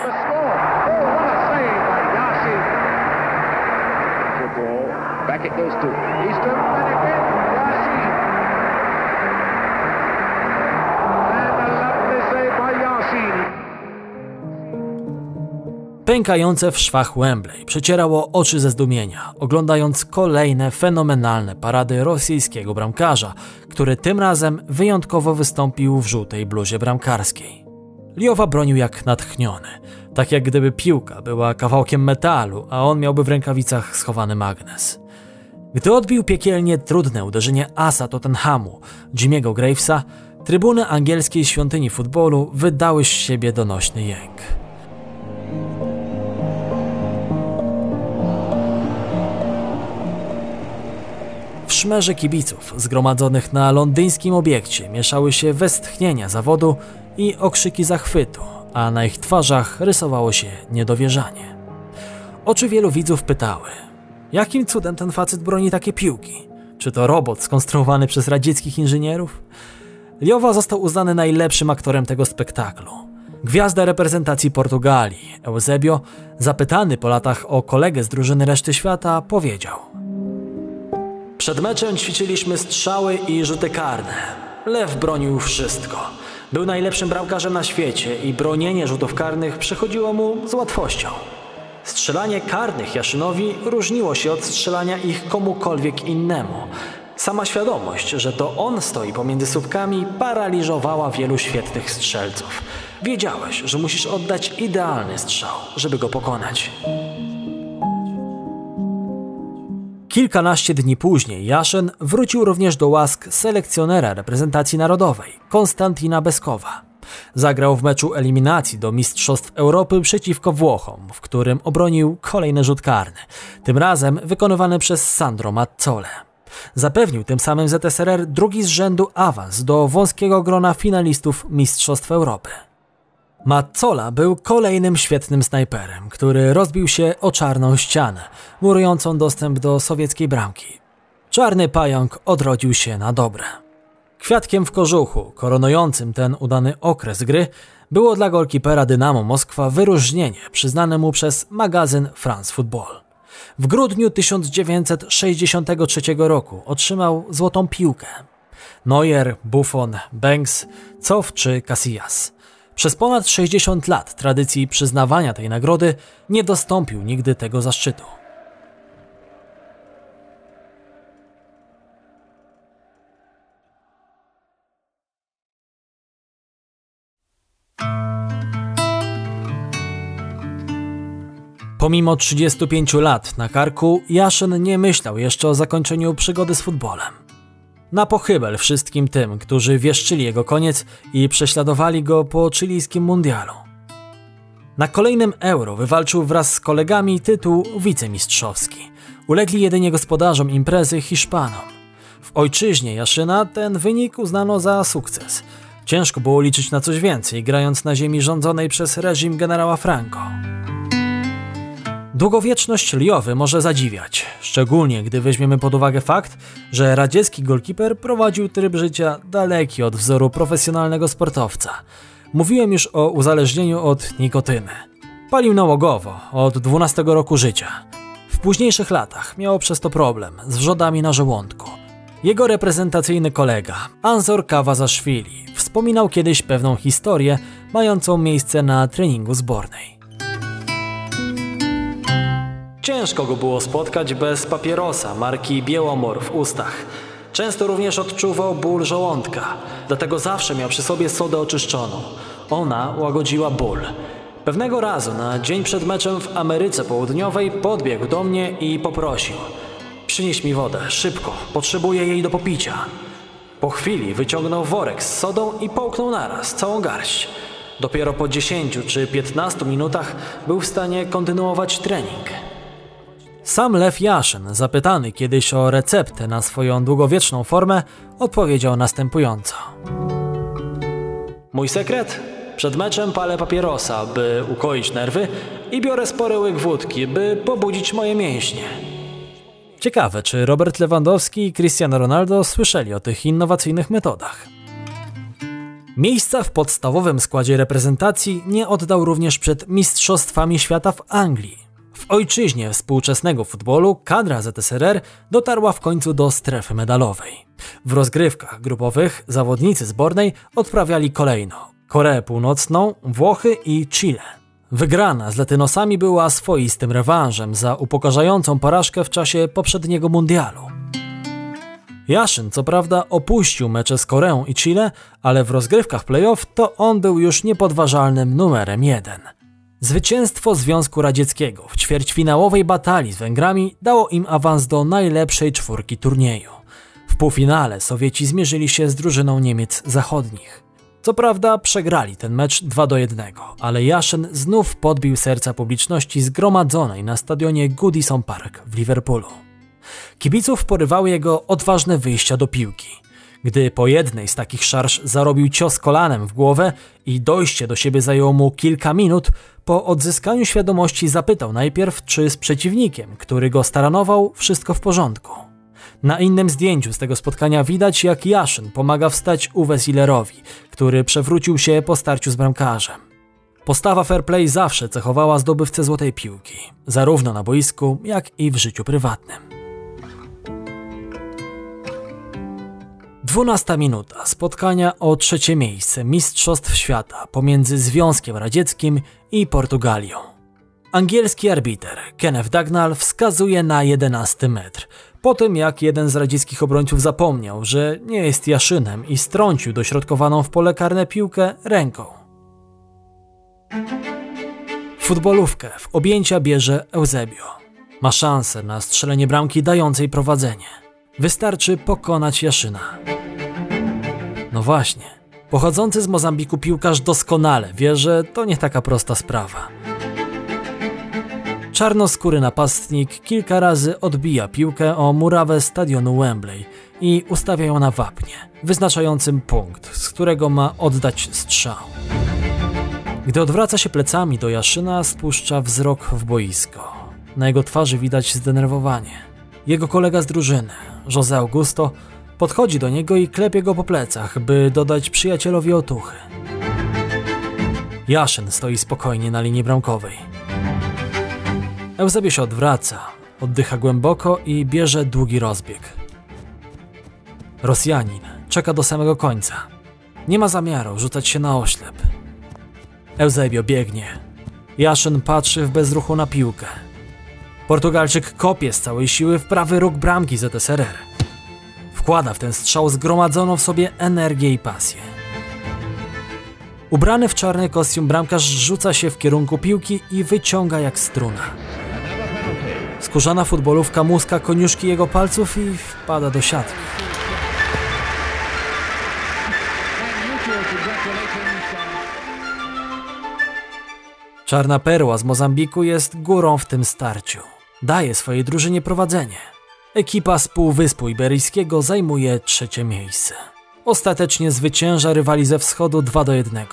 Pękające w szwach Wembley przecierało oczy ze zdumienia, oglądając kolejne fenomenalne parady rosyjskiego bramkarza, który tym razem wyjątkowo wystąpił w żółtej bluzie bramkarskiej. Liowa bronił jak natchniony, tak jak gdyby piłka była kawałkiem metalu, a on miałby w rękawicach schowany magnes. Gdy odbił piekielnie trudne uderzenie asa Tottenhamu, Jimmy'ego Gravesa, trybuny angielskiej świątyni futbolu wydały z siebie donośny jęk. W szmerze kibiców zgromadzonych na londyńskim obiekcie mieszały się westchnienia zawodu i okrzyki zachwytu, a na ich twarzach rysowało się niedowierzanie. Oczy wielu widzów pytały, jakim cudem ten facet broni takie piłki? Czy to robot skonstruowany przez radzieckich inżynierów? Liowa został uznany najlepszym aktorem tego spektaklu. Gwiazda reprezentacji Portugalii, Eusebio, zapytany po latach o kolegę z drużyny reszty świata, powiedział: przed meczem ćwiczyliśmy strzały i rzuty karne. Lew bronił wszystko. Był najlepszym bramkarzem na świecie i bronienie rzutów karnych przychodziło mu z łatwością. Strzelanie karnych Jaszynowi różniło się od strzelania ich komukolwiek innemu. Sama świadomość, że to on stoi pomiędzy słupkami, paraliżowała wielu świetnych strzelców. Wiedziałeś, że musisz oddać idealny strzał, żeby go pokonać. Kilkanaście dni później Jaszyn wrócił również do łask selekcjonera reprezentacji narodowej, Konstantina Beskowa. Zagrał w meczu eliminacji do Mistrzostw Europy przeciwko Włochom, w którym obronił kolejny rzut karny, tym razem wykonywany przez Sandro Mazzolę. Zapewnił tym samym Z S R R drugi z rzędu awans do wąskiego grona finalistów Mistrzostw Europy. Mazzola był kolejnym świetnym snajperem, który rozbił się o czarną ścianę, murującą dostęp do sowieckiej bramki. Czarny pająk odrodził się na dobre. Kwiatkiem w kożuchu, koronującym ten udany okres gry, było dla golkipera Dynamo Moskwa wyróżnienie przyznane mu przez magazyn France Football. W grudniu tysiąc dziewięćset sześćdziesiątego trzeciego roku otrzymał złotą piłkę. Neuer, Buffon, Banks, Cof czy Casillas. Przez ponad sześćdziesiąt lat tradycji przyznawania tej nagrody nie dostąpił nigdy tego zaszczytu. Pomimo trzydziestu pięciu lat na karku, Jaszyn nie myślał jeszcze o zakończeniu przygody z futbolem. Na pochybel wszystkim tym, którzy wieszczyli jego koniec i prześladowali go po chilijskim mundialu. Na kolejnym Euro wywalczył wraz z kolegami tytuł wicemistrzowski. Ulegli jedynie gospodarzom imprezy Hiszpanom. W ojczyźnie Jaszyna ten wynik uznano za sukces. Ciężko było liczyć na coś więcej, grając na ziemi rządzonej przez reżim generała Franco. Długowieczność Liowy może zadziwiać, szczególnie gdy weźmiemy pod uwagę fakt, że radziecki golkiper prowadził tryb życia daleki od wzoru profesjonalnego sportowca. Mówiłem już o uzależnieniu od nikotyny. Palił nałogowo od dwunastego roku życia. W późniejszych latach miał przez to problem z wrzodami na żołądku. Jego reprezentacyjny kolega, Anzor Kawazaszwili, wspominał kiedyś pewną historię mającą miejsce na treningu zbornej. Ciężko go było spotkać bez papierosa marki Białomor w ustach. Często również odczuwał ból żołądka, dlatego zawsze miał przy sobie sodę oczyszczoną. Ona łagodziła ból. Pewnego razu na dzień przed meczem w Ameryce Południowej podbiegł do mnie i poprosił: przynieś mi wodę, szybko, potrzebuję jej do popicia. Po chwili wyciągnął worek z sodą i połknął naraz całą garść. Dopiero po dziesięciu czy piętnastu minutach był w stanie kontynuować trening. Sam Lew Jaszyn, zapytany kiedyś o receptę na swoją długowieczną formę, odpowiedział następująco. Mój sekret? Przed meczem palę papierosa, by ukoić nerwy, i biorę spory łyk wódki, by pobudzić moje mięśnie. Ciekawe, czy Robert Lewandowski i Cristiano Ronaldo słyszeli o tych innowacyjnych metodach. Miejsca w podstawowym składzie reprezentacji nie oddał również przed Mistrzostwami Świata w Anglii. W ojczyźnie współczesnego futbolu kadra Z S R R dotarła w końcu do strefy medalowej. W rozgrywkach grupowych zawodnicy zbornej odprawiali kolejno Koreę Północną, Włochy i Chile. Wygrana z Latynosami była swoistym rewanżem za upokarzającą porażkę w czasie poprzedniego mundialu. Jaszyn co prawda opuścił mecze z Koreą i Chile, ale w rozgrywkach play-off to on był już niepodważalnym numerem jeden. Zwycięstwo Związku Radzieckiego w ćwierćfinałowej batalii z Węgrami dało im awans do najlepszej czwórki turnieju. W półfinale Sowieci zmierzyli się z drużyną Niemiec Zachodnich. Co prawda przegrali ten mecz dwa do jednego, ale Jaszyn znów podbił serca publiczności zgromadzonej na stadionie Goodison Park w Liverpoolu. Kibiców porywały jego odważne wyjścia do piłki. Gdy po jednej z takich szarż zarobił cios kolanem w głowę i dojście do siebie zajęło mu kilka minut, po odzyskaniu świadomości zapytał najpierw, czy z przeciwnikiem, który go staranował, wszystko w porządku. Na innym zdjęciu z tego spotkania widać, jak Jaszyn pomaga wstać Uwe Zillerowi, który przewrócił się po starciu z bramkarzem. Postawa fair play zawsze cechowała zdobywcę złotej piłki, zarówno na boisku, jak i w życiu prywatnym. Dwunasta minuta spotkania o trzecie miejsce Mistrzostw Świata pomiędzy Związkiem Radzieckim i Portugalią. Angielski arbiter Kenneth Dagnall wskazuje na jedenasty metr, po tym jak jeden z radzieckich obrońców zapomniał, że nie jest Jaszynem i strącił dośrodkowaną w pole karne piłkę ręką. Futbolówkę w objęcia bierze Eusebio. Ma szansę na strzelenie bramki dającej prowadzenie. Wystarczy pokonać Jaszyna. No właśnie, pochodzący z Mozambiku piłkarz doskonale wie, że to nie taka prosta sprawa. Czarnoskóry napastnik kilka razy odbija piłkę o murawę stadionu Wembley i ustawia ją na wapnie, wyznaczającym punkt, z którego ma oddać strzał. Gdy odwraca się plecami do Jaszyna, spuszcza wzrok w boisko. Na jego twarzy widać zdenerwowanie. Jego kolega z drużyny, José Augusto, podchodzi do niego i klepie go po plecach, by dodać przyjacielowi otuchy. Jaszyn stoi spokojnie na linii bramkowej. Eusebio się odwraca, oddycha głęboko i bierze długi rozbieg. Rosjanin czeka do samego końca. Nie ma zamiaru rzucać się na oślep. Eusebio biegnie. Jaszyn patrzy w bezruchu na piłkę. Portugalczyk kopie z całej siły w prawy róg bramki Z S R R. Wkłada w ten strzał zgromadzoną w sobie energię i pasję. Ubrany w czarny kostium bramkarz rzuca się w kierunku piłki i wyciąga jak struna. Skórzana futbolówka muska koniuszki jego palców i wpada do siatki. Czarna perła z Mozambiku jest górą w tym starciu. Daje swojej drużynie prowadzenie. Ekipa z Półwyspu Iberyjskiego zajmuje trzecie miejsce. Ostatecznie zwycięża rywali ze wschodu dwa do jednego.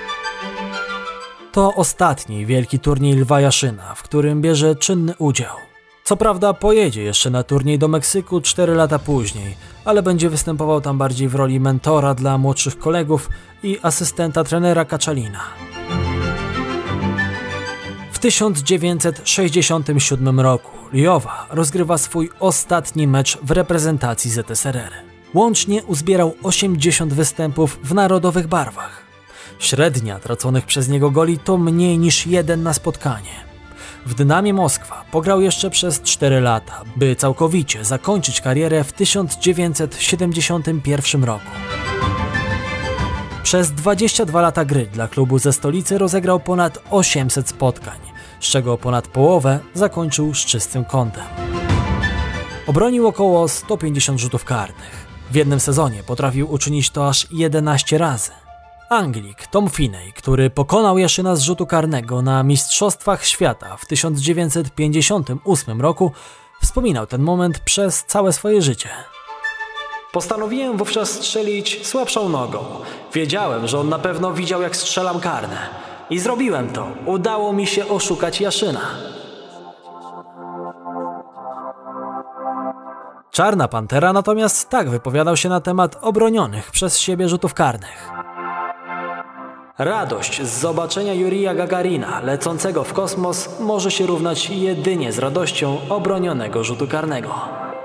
To ostatni wielki turniej Lwa Jaszyna, w którym bierze czynny udział. Co prawda pojedzie jeszcze na turniej do Meksyku cztery lata później, ale będzie występował tam bardziej w roli mentora dla młodszych kolegów i asystenta trenera Kachalina. W tysiąc dziewięćset sześćdziesiątym siódmym roku Liowa rozgrywa swój ostatni mecz w reprezentacji Z S R R. Łącznie uzbierał osiemdziesiąt występów w narodowych barwach. Średnia traconych przez niego goli to mniej niż jeden na spotkanie. W Dynamie Moskwa pograł jeszcze przez cztery lata, by całkowicie zakończyć karierę w tysiąc dziewięćset siedemdziesiątym pierwszym roku. Przez dwadzieścia dwa lata gry dla klubu ze stolicy rozegrał ponad osiemset spotkań, z czego ponad połowę zakończył z czystym kątem. Obronił około sto pięćdziesiąt rzutów karnych. W jednym sezonie potrafił uczynić to aż jedenaście razy. Anglik Tom Finney, który pokonał Jaszyna z rzutu karnego na Mistrzostwach Świata w tysiąc dziewięćset pięćdziesiątym ósmym roku, wspominał ten moment przez całe swoje życie. Postanowiłem wówczas strzelić słabszą nogą. Wiedziałem, że on na pewno widział, jak strzelam karne. I zrobiłem to. Udało mi się oszukać Jaszyna. Czarna Pantera natomiast tak wypowiadał się na temat obronionych przez siebie rzutów karnych. Radość z zobaczenia Jurija Gagarina lecącego w kosmos może się równać jedynie z radością obronionego rzutu karnego.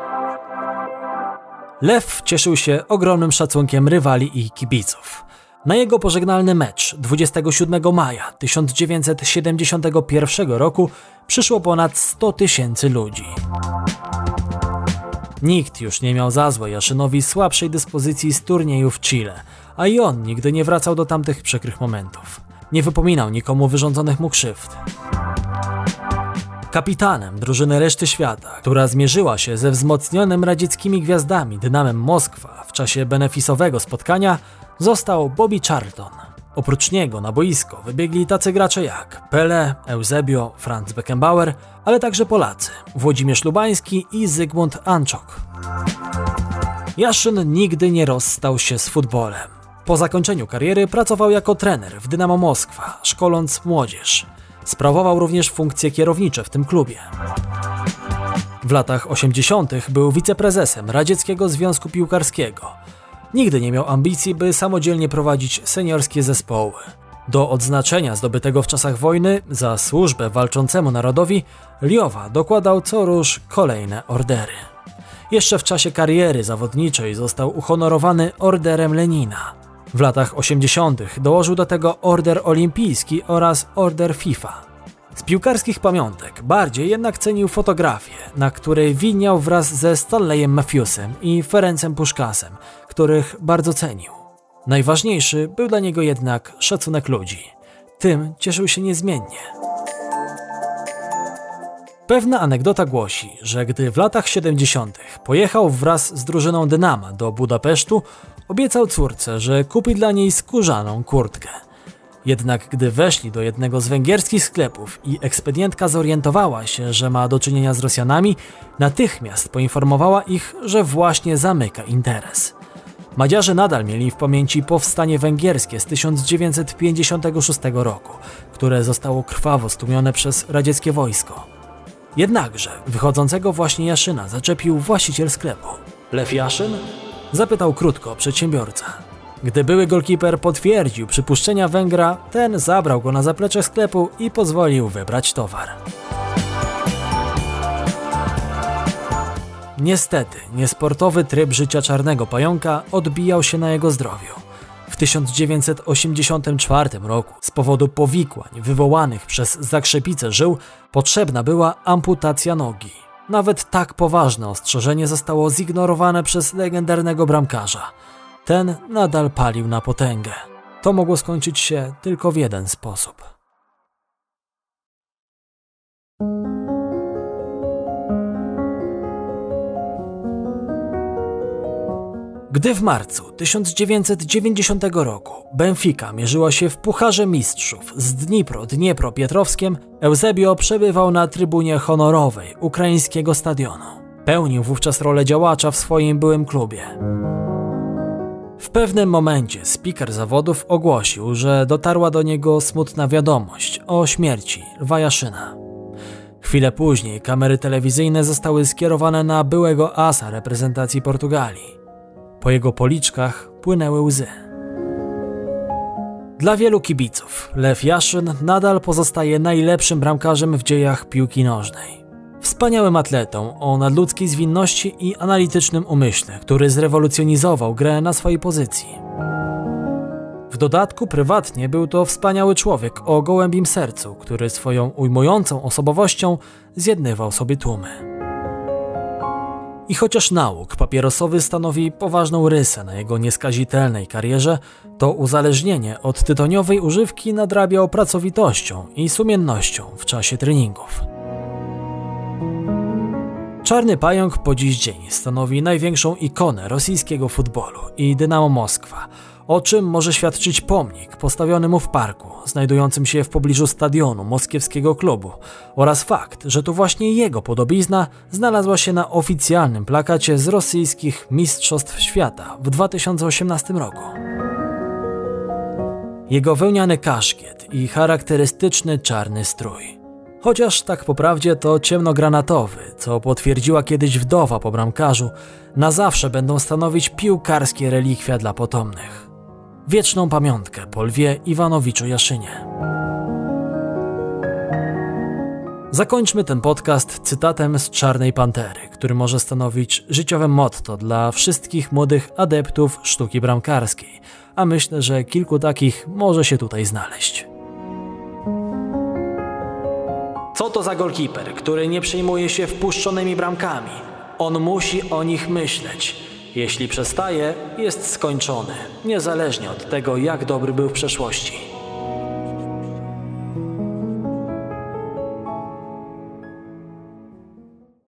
Lew cieszył się ogromnym szacunkiem rywali i kibiców. Na jego pożegnalny mecz dwudziestego siódmego maja tysiąc dziewięćset siedemdziesiątego pierwszego roku przyszło ponad sto tysięcy ludzi. Nikt już nie miał za złe Jaszynowi słabszej dyspozycji z turnieju w Chile, a i on nigdy nie wracał do tamtych przykrych momentów. Nie wypominał nikomu wyrządzonych mu krzywd. Kapitanem drużyny reszty świata, która zmierzyła się ze wzmocnionym radzieckimi gwiazdami Dynamem Moskwa w czasie benefisowego spotkania, został Bobby Charlton. Oprócz niego na boisko wybiegli tacy gracze jak Pele, Eusebio, Franz Beckenbauer, ale także Polacy Włodzimierz Lubański i Zygmunt Anczok. Jaszyn nigdy nie rozstał się z futbolem. Po zakończeniu kariery pracował jako trener w Dynamo Moskwa, szkoląc młodzież. Sprawował również funkcje kierownicze w tym klubie. W latach osiemdziesiątych był wiceprezesem Radzieckiego Związku Piłkarskiego. Nigdy nie miał ambicji, by samodzielnie prowadzić seniorskie zespoły. Do odznaczenia zdobytego w czasach wojny za służbę walczącemu narodowi Ljowa dokładał co róż kolejne ordery. Jeszcze w czasie kariery zawodniczej został uhonorowany Orderem Lenina. W latach osiemdziesiątych dołożył do tego Order Olimpijski oraz Order FIFA. Z piłkarskich pamiątek bardziej jednak cenił fotografię, na której widniał wraz ze Stanleyem Matthewsem i Ferencem Puszkasem, których bardzo cenił. Najważniejszy był dla niego jednak szacunek ludzi. Tym cieszył się niezmiennie. Pewna anegdota głosi, że gdy w latach siedemdziesiątych pojechał wraz z drużyną Dynama do Budapesztu, obiecał córce, że kupi dla niej skórzaną kurtkę. Jednak gdy weszli do jednego z węgierskich sklepów i ekspedientka zorientowała się, że ma do czynienia z Rosjanami, natychmiast poinformowała ich, że właśnie zamyka interes. Madziarze nadal mieli w pamięci powstanie węgierskie z tysiąc dziewięćset pięćdziesiątego szóstego roku, które zostało krwawo stłumione przez radzieckie wojsko. Jednakże wychodzącego właśnie Jaszyna zaczepił właściciel sklepu. Lew Jaszyn? Zapytał krótko przedsiębiorca. Gdy były golkiper potwierdził przypuszczenia Węgra, ten zabrał go na zaplecze sklepu i pozwolił wybrać towar. Niestety, niesportowy tryb życia czarnego pająka odbijał się na jego zdrowiu. W tysiąc dziewięćset osiemdziesiątym czwartym roku z powodu powikłań wywołanych przez zakrzepicę żył potrzebna była amputacja nogi. Nawet tak poważne ostrzeżenie zostało zignorowane przez legendarnego bramkarza. Ten nadal palił na potęgę. To mogło skończyć się tylko w jeden sposób. Gdy w marcu tysiąc dziewięćset dziewięćdziesiątego roku Benfica mierzyła się w Pucharze Mistrzów z Dnipro Dniepropietrowskiem, Eusebio przebywał na trybunie honorowej ukraińskiego stadionu. Pełnił wówczas rolę działacza w swoim byłym klubie. W pewnym momencie spiker zawodów ogłosił, że dotarła do niego smutna wiadomość o śmierci Lwa Jaszyna. Chwilę później kamery telewizyjne zostały skierowane na byłego asa reprezentacji Portugalii. Po jego policzkach płynęły łzy. Dla wielu kibiców Lew Jaszyn nadal pozostaje najlepszym bramkarzem w dziejach piłki nożnej. Wspaniałym atletą o nadludzkiej zwinności i analitycznym umyśle, który zrewolucjonizował grę na swojej pozycji. W dodatku prywatnie był to wspaniały człowiek o gołębim sercu, który swoją ujmującą osobowością zjednywał sobie tłumy. I chociaż nałóg papierosowy stanowi poważną rysę na jego nieskazitelnej karierze, to uzależnienie od tytoniowej używki nadrabiał pracowitością i sumiennością w czasie treningów. Czarny Pająk po dziś dzień stanowi największą ikonę rosyjskiego futbolu i Dynamo Moskwa, o czym może świadczyć pomnik postawiony mu w parku, znajdującym się w pobliżu stadionu moskiewskiego klubu, oraz fakt, że to właśnie jego podobizna znalazła się na oficjalnym plakacie z rosyjskich Mistrzostw Świata w dwa tysiące osiemnastym roku. Jego wełniany kaszkiet i charakterystyczny czarny strój. Chociaż tak po prawdzie to ciemnogranatowy, co potwierdziła kiedyś wdowa po bramkarzu, na zawsze będą stanowić piłkarskie relikwia dla potomnych. Wieczną pamiątkę po Lwie Iwanowiczu Jaszynie. Zakończmy ten podcast cytatem z Czarnej Pantery, który może stanowić życiowe motto dla wszystkich młodych adeptów sztuki bramkarskiej, a myślę, że kilku takich może się tutaj znaleźć. Co to za golkiper, który nie przejmuje się wpuszczonymi bramkami? On musi o nich myśleć. Jeśli przestaje, jest skończony, niezależnie od tego, jak dobry był w przeszłości.